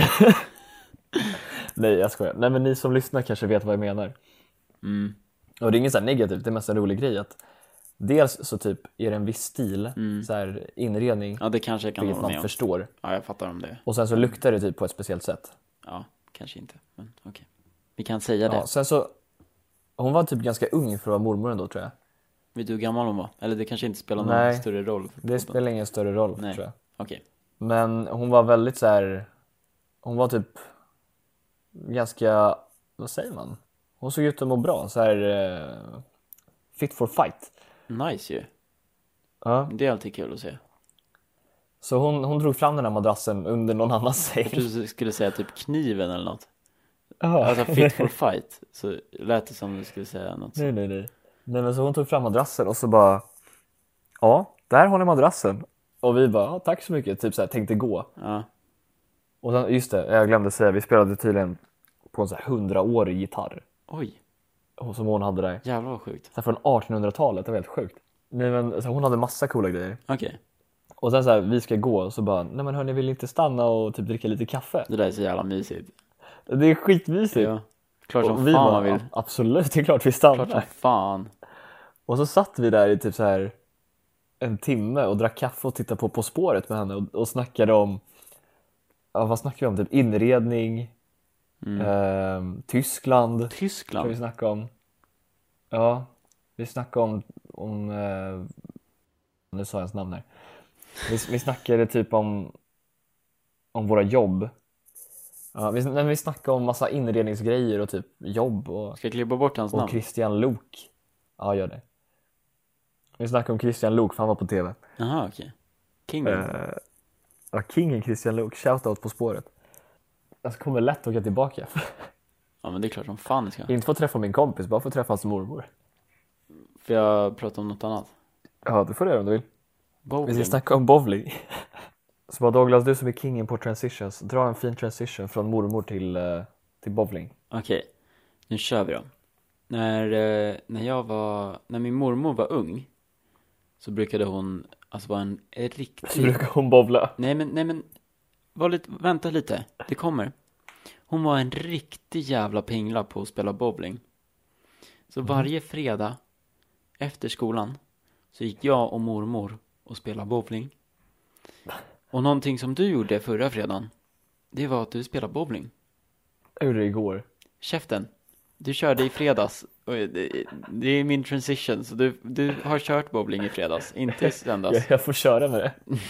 Nej, jag skojar. Nej, men ni som lyssnar kanske vet vad jag menar. Mm. Och det är inget så här negativt, det är mest en rolig grej att dels så typ är det en viss stil, Mm. så här inredning, Ja, det kanske jag kan vilket hålla man med om. förstår. Ja, jag fattar om det. Och sen så luktar det typ på ett speciellt sätt. Ja, kanske inte. Men okej. Vi kan säga det. Ja, sen så, hon var typ ganska ung för att vara mormor ändå, tror jag. Vet du hur gammal hon var? Eller det kanske inte spelar någon Nej, större roll för Det podden. spelar ingen större roll, Nej. tror jag. Okej. Men hon var väldigt så här, hon var typ ganska, vad säger man? Hon såg ut att må bra, så här eh, fit for fight. Nice ju. Ja. Det är alltid kul att se. Så hon, hon drog fram den här madrassen under någon annans säng. Jag trodde du skulle säga typ kniven eller något. Ja. Alltså fit for fight. Så lät det som du skulle säga något. Nej, nej, nej. Nej, men så hon tog fram madrassen och så bara, ja, där har ni madrassen. Och vi bara, ja, tack så mycket, typ så här, tänkte gå. Ja. Och sen, just det, jag glömde säga, vi spelade tydligen på en så här hundraårig gitarr. Oj, Och som hon hade där. jävlar vad sjukt. Så här från artonhundratalet, det var helt sjukt. Nej, men så hon hade massa coola grejer. Okej, Och sen så här, vi ska gå och så bara, nej men hörni, vill ni inte stanna och typ dricka lite kaffe? det där är så jävla mysigt. Det är skitmysigt. Ja. Klart som Och vi fan bara, man vill. absolut, det är klart vi stannar. Klart som fan. Och så satt vi där i typ så här en timme och drack kaffe och tittade på På spåret med henne och, och snackade om, ja, vad snackade vi om? Typ inredning, Mm. ehm, Tyskland ska vi Tyskland. snacka om. Ja, vi snackade om, om eh, nu sa jag ens namn här. Vi, vi snackade typ om, om våra jobb. Ja, vi, men vi snackade om massa inredningsgrejer och typ jobb och, Ska jag klippa bort hans och namn? Christian Lok. Ja, gör det. Vi snackade om Christian Lok, för han var på tv. Jaha, okej. Kingen. Eh, ja, kingen Christian Lok, shoutout På spåret. Jag kommer lätt åka tillbaka. Ja, men det är klart som fan ni ska. Inte för att träffa min kompis, bara för att träffa hans mormor. För jag pratar om något annat. Ja, det får du göra om du vill. Bowling. Vi ska snacka om bowling. Så bara Douglas, du som är kingen på transitions, dra en fin transition från mormor till, uh, till bowling. Okej, okay. Nu kör vi då. När, uh, när jag var, när min mormor var ung, så brukade hon, alltså vara en, en riktig... Så brukade hon bowla? Nej men, nej men, var lite, vänta lite, det kommer. Hon var en riktig jävla pingla på att spela bowling. Så Mm. varje fredag efter skolan så gick jag och mormor och spelade bowling. Och någonting som du gjorde förra fredagen, det var att du spelade bowling. Jag gjorde det igår. Käften. Du körde i fredags. Och det, det är min transition. Så du, du har kört bowling i fredags, inte i söndags. Jag, jag får köra med det.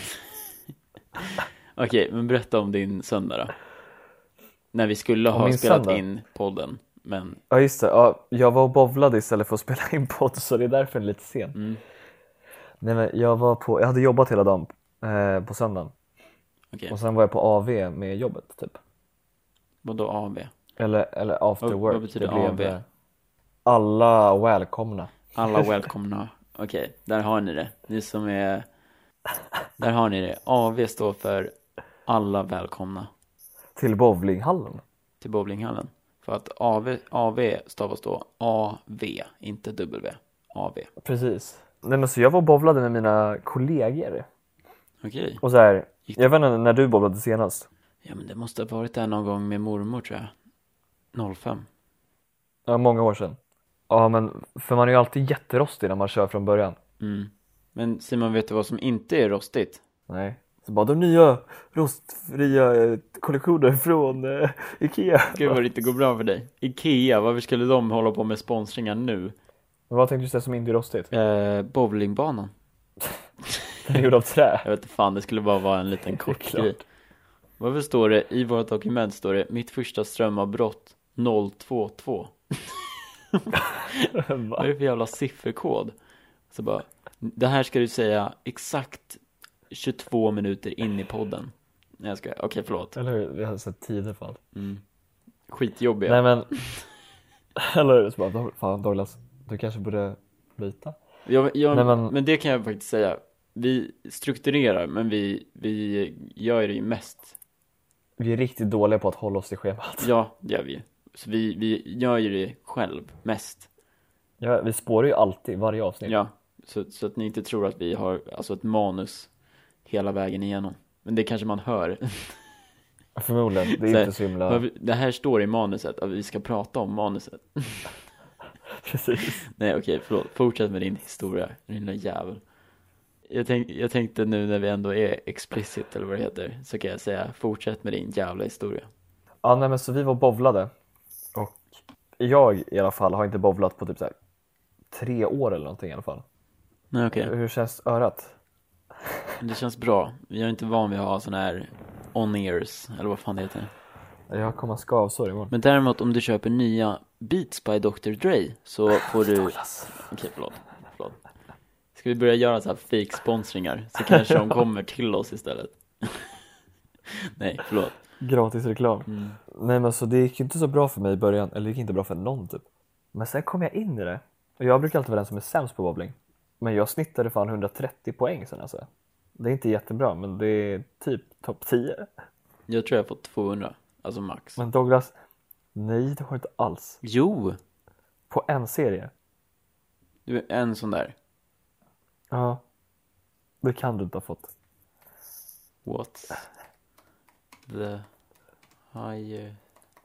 Okej, men berätta om din söndag då. När vi skulle Om ha min spelat söndag? in podden. Men, Ja just det, ja, jag var och bowlade istället för att spela in podd, så det är därför den är lite sen. mm, Nej men jag var på, jag hade jobbat hela dagen eh, på söndagen. okej. Och sen var jag på A V med jobbet typ. Vadå A V? Eller, eller after Vad- work. vad betyder Det blev, A V? eh, Alla välkomna. Alla välkomna. Okej, där har ni det. Ni som är... Där har ni det. A V står för alla välkomna Till bowlinghallen. till bowlinghallen. För att A V, A V stavas då A V, inte W. A V. Precis. Nej men så jag var och bowlade med mina kollegor. Okej. Och så här, Gick det- jag vet inte när du bowlade senast. Ja, men det måste ha varit där någon gång med mormor, tror jag. noll fem. Ja, många år sedan. Ja men, för man är ju alltid jätterostig när man kör från början. Mm. Men Simon, vet du vad som inte är rostigt? Nej. Så bara de nya rostfria eh, kollektioner från eh, Ikea. Gud vad det inte går bra för dig. Ikea, varför skulle de hålla på med sponsringar nu? Men vad tänkte du säga som inte är rostigt? Eh, bowlingbanan. Den är gjord av trä. Jag vet inte fan, det skulle bara vara en liten Det är kort klart. grej. Varför står det, i vårt dokument står det, mitt första strömavbrott noll två två. Vad är det för jävla sifferkod? Så bara, det här ska du säga exakt tjugotvå minuter in i podden. Nej, jag ska, okej, okay, förlåt. Eller hur? Vi har sett tider för allt. Mm. Skitjobbiga. Nej men, eller hur? Så bara, "Dog- fan Douglas, du kanske borde byta. Jag, jag, Nej, men... men- det kan jag faktiskt säga. Vi strukturerar, men vi, vi gör det ju mest. Vi är riktigt dåliga på att hålla oss till schemat. Ja, det gör vi ju. Så vi, vi gör ju det själv mest. Ja, vi spårar ju alltid, varje avsnitt. Ja, så, så att ni inte tror att vi har alltså ett manus hela vägen igenom. Men det kanske man hör. Förmodligen, det är Så- inte så himla... Det här står i manuset, att vi ska prata om manuset. Precis. Nej, okej, förlåt. Fortsätt med din historia, din lilla jävel. Jag, tänk, jag tänkte nu när vi ändå är explicit, eller vad det heter, så kan jag säga, fortsätt med din jävla historia. Ja, nej men så vi var bowlade. Och jag i alla fall har inte bowlat på typ så här tre år eller någonting i alla fall. Nej, okej. Hur känns örat? Det känns bra. Jag är inte van vid att ha sån här on-ears, eller vad fan det heter. Jag kommer skavsår imorgon. Men däremot om du köper nya Beats by doktor Dre så får du... Douglas. Okej, förlåt. förlåt. Ska vi börja göra så här fake sponsringar så kanske de kommer till oss istället. Nej, förlåt. Gratis reklam. Mm. Nej men så det gick inte så bra för mig i början. Eller det gick inte bra för någon typ. Men sen kom jag in i det. Och jag brukar alltid vara den som är sämst på bowling. Men jag snittade fan hundratrettio poäng sen alltså. Det är inte jättebra, men det är typ topp tio. Jag tror jag har fått tvåhundra, alltså max. Men Douglas, nej det har inte alls. Jo, På en serie. du är en sån där. Ja. Det kan du inte ha fått. What's the higher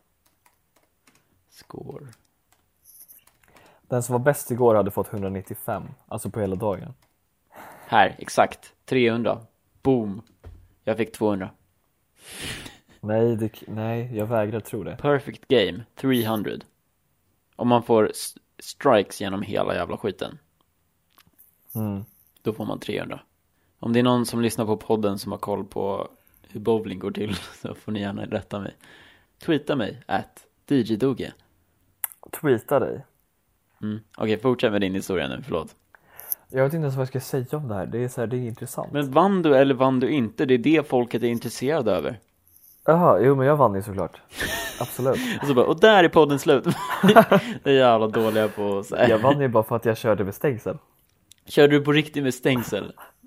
score? Den som var bäst igår hade fått hundranittiofem. Alltså på hela dagen. Här, exakt, trehundra. Boom. Jag fick tvåhundra. Nej, det, nej, jag vägrar tro det. Perfect game, trehundra. Om man får s- strikes genom hela jävla skiten, Mm. då får man trehundra. Om det är någon som lyssnar på podden som har koll på hur bowling går till så får ni gärna rätta mig. Tweeta mig, at D J Doge. Tweeta dig. Mm. Okej, fortsätt med din historia nu, förlåt. Jag vet inte ens vad jag ska säga om det här. Det är så här, det är intressant. Men vann du eller vann du inte? Det är det folket är intresserade över. Jaha, jo men jag vann ju såklart. Absolut. Och så bara, och där är podden slut. Det är jävla dåliga på så här. Jag vann ju bara för att jag körde med stängsel. Körde du på riktigt med stängsel?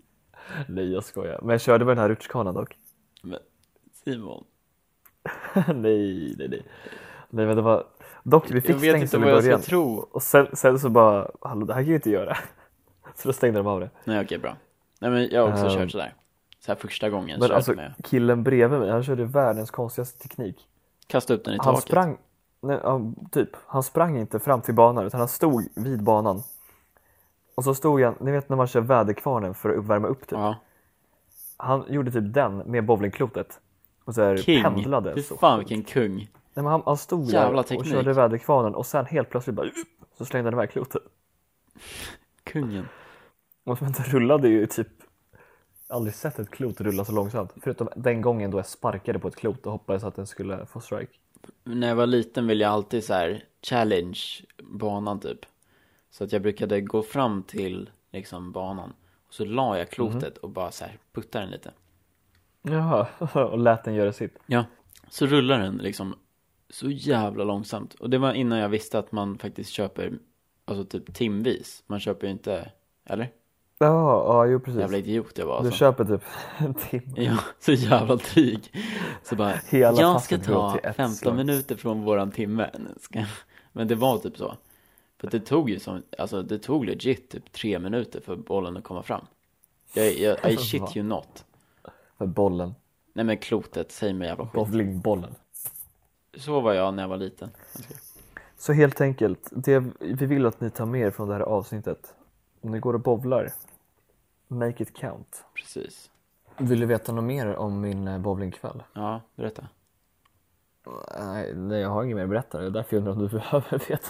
Nej, jag skojar. Men jag körde med den här rutschkanan dock. Men Simon, nej, nej, nej. Nej, men det var... Dock, vi jag fick vet inte stängsel i vad jag ska början. tro. Och sen, sen så bara, hallå, det här kan jag inte göra. Så då stängde de av det. Nej, okej, bra. Nej, men jag har också Ehm, kört sådär. Så här första gången Men kört alltså, med. killen bredvid mig, han körde världens konstigaste teknik. Kasta upp den i Han taket. sprang, nej, ja, typ, han sprang inte fram till banan utan han stod vid banan. Och så stod han, ni vet när man kör väderkvarnen för att uppvärma upp typ. Ja. Han gjorde typ den med bowlingklotet. Och så här King. pendlade. Fy så fan sjukt. vilken kung. Nej, men han, han stod Jävla där teknik. och körde väderkvarnen och sen helt plötsligt bara så slängde han iväg klotet. Kungen. Och så vänta, rullade ju typ aldrig sett ett klot rulla så långsamt. Förutom den gången då jag sparkade på ett klot och hoppades att den skulle få strike. När jag var liten ville jag alltid så här challenge banan typ. Så att jag brukade gå fram till liksom banan. Och så la jag klotet Mhm. och bara så här puttade den lite. Jaha, och lät den göra sitt. Ja. Så rullar den liksom så jävla långsamt. Och det var innan jag visste att man faktiskt köper, alltså typ timvis. Man köper ju inte, eller? Ja, ja, jo precis. Jävla idiot jag var Du alltså. köper typ en timme. Ja, så jävla dryg. Så bara, Hela jag ska passet går ta till ett femton slag. minuter från våran timme. Ska... Men det var typ så. För det tog ju som, alltså det tog legit typ tre minuter för bollen att komma fram. Jag, jag I shit you not. För bollen. Nej men klotet, säg mig jävla skit. Bowlingbollen. Så var jag när jag var liten. Så helt enkelt, det vi vill att ni tar med er från det här avsnittet. Om ni går och bowlar, make it count. Precis. Vill du veta något mer om min eh, bowlingkväll? Ja, berätta. Nej, nej, jag har inget mer att berätta. Det är därför jag undrar om du behöver veta.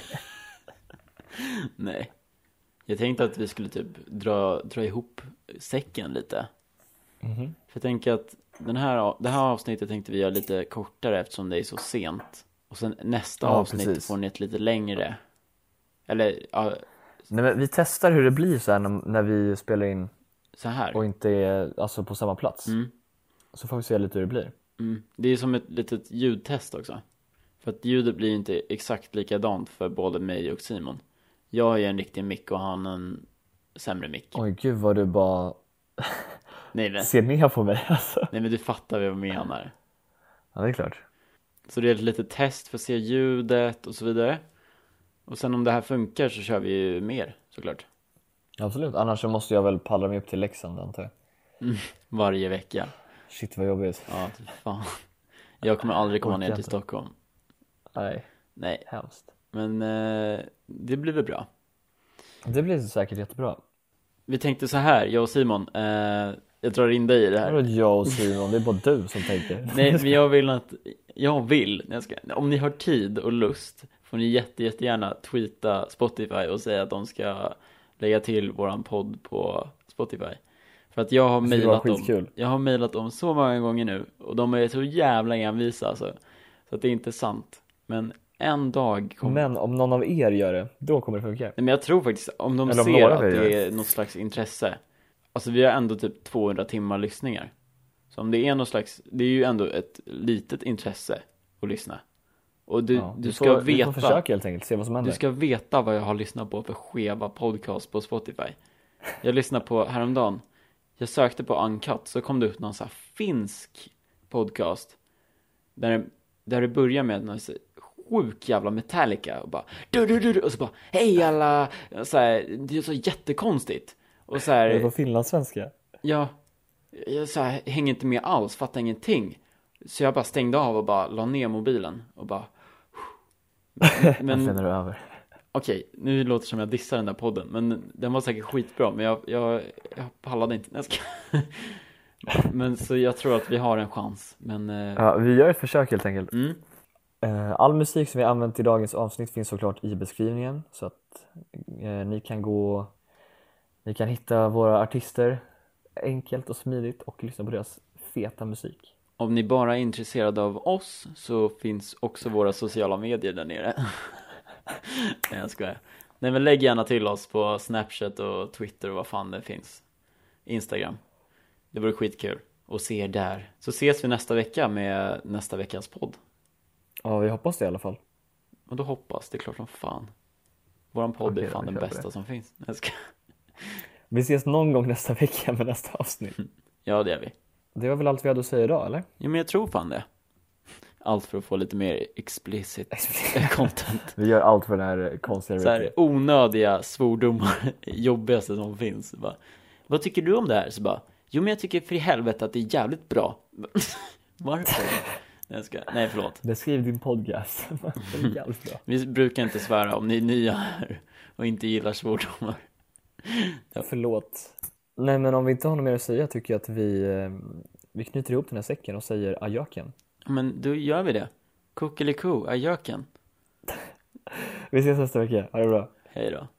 Nej. Jag tänkte att vi skulle typ dra, dra ihop säcken lite. Mhm. För jag tänker att den här, det här avsnittet tänkte vi göra lite kortare eftersom det är så sent. Och sen nästa Ja, avsnitt precis. får ni ett lite längre. Eller ja, Nej, men vi testar hur det blir så här när, när vi spelar in så här. och inte är alltså, på samma plats. Mm, Så får vi se lite hur det blir. mm. Det är som ett litet ljudtest också. För att ljudet blir inte exakt likadant för både mig och Simon. Jag har ju en riktig mick och han en sämre mick. Oj, gud vad du bara Nej, men, ser ner på mig alltså. nej men du fattar vad jag menar. Ja, det är klart. Så det är ett litet test för att se ljudet och så vidare. Och sen om det här funkar så kör vi ju mer såklart. Absolut, annars så måste jag väl palla mig upp till Leksand antar jag. Varje vecka. Shit vad jobbigt. Ja, typ fan. Jag kommer aldrig komma Orkar ner till inte. Stockholm. Nej, Nej, hemskt. men eh, det blir väl bra. Det blir säkert jättebra. Vi tänkte så här, jag och Simon. Eh, jag drar in dig i det här. Vadå jag och Simon? Det är bara du som tänker. Nej, men jag vill att, jag vill, jag ska, om ni har tid och lust får ni jätte, jättegärna tweeta Spotify och säga att de ska lägga till våran podd på Spotify. För att jag har Det skulle vara mejlat dem, skitkul. jag har mejlat dem så många gånger nu och de är så jävla envisa alltså. Så att det är inte sant. Men en dag kommer... Men om någon av er gör det, då kommer det funka. Nej, men jag tror faktiskt, om de Eller om ser några att av er det gör är något slags intresse. Alltså vi har ändå typ tvåhundra timmar lyssningar. Så om det är något slags, det är ju ändå ett litet intresse att lyssna. Och du, Ja, du vi ska får, Vi veta, får försöka helt enkelt, se vad som händer. du ska veta vad jag har lyssnat på för skeva podcast på Spotify. Jag lyssnade på häromdagen. Jag sökte på Uncut, så kom det upp någon så här finsk podcast. Där, där det börjar med någon så sjuk jävla Metallica och bara du, du, du, du, och så bara hej alla, så här, det är så jättekonstigt. Och så här, Det är på finlandssvenska. ja, jag så här, hänger inte med alls, fattar ingenting. Så jag bara stängde av och bara la ner mobilen och bara Men... men Sen är det över. okej, nu låter det som jag dissar den där podden, men den var säkert skitbra, men jag, jag, jag pallade inte. Jag ska... Men så jag tror att vi har en chans. Men eh, Ja, vi gör ett försök helt enkelt. mm, Eh, All musik som vi använt i dagens avsnitt finns såklart i beskrivningen. Så att eh, ni kan gå, ni kan hitta våra artister enkelt och smidigt och lyssna på deras feta musik. om ni bara är intresserade av oss så finns också våra sociala medier där nere. Nej, jag skojar. Nej, men lägg gärna till oss på Snapchat och Twitter och vad fan det finns. Instagram. Det vore skitkul att se er där. Så ses vi nästa vecka med nästa veckas podd. Ja, vi hoppas det i alla fall. Och då hoppas, det är klart som fan. Våran podd Okej, är fan då, den vi köper bästa det. som finns. Jag ska... Vi ses någon gång nästa vecka med nästa avsnitt. Ja, det är vi. Det var väl allt vi hade att säga idag, eller? Jo, men jag tror fan det. Allt för att få lite mer explicit content. Vi gör allt för den här konstiga Så här, onödiga svordomar, jobbigaste som finns. Bara, vad tycker du om det här? Så bara, jo men jag tycker för i helvete att det är jävligt bra. Varför? Nej, jag ska... Nej, förlåt. Beskriv din podcast. Det är jävligt bra. Vi brukar inte svära om ni är nya här och inte gillar svordomar. Ja. Förlåt. Nej, men om vi inte har något mer att säga tycker jag att vi, vi knyter ihop den här säcken och säger ajöken. Men då gör vi det. Kuckeliko, ajöken. Vi ses nästa vecka. Ha det bra. Hej då.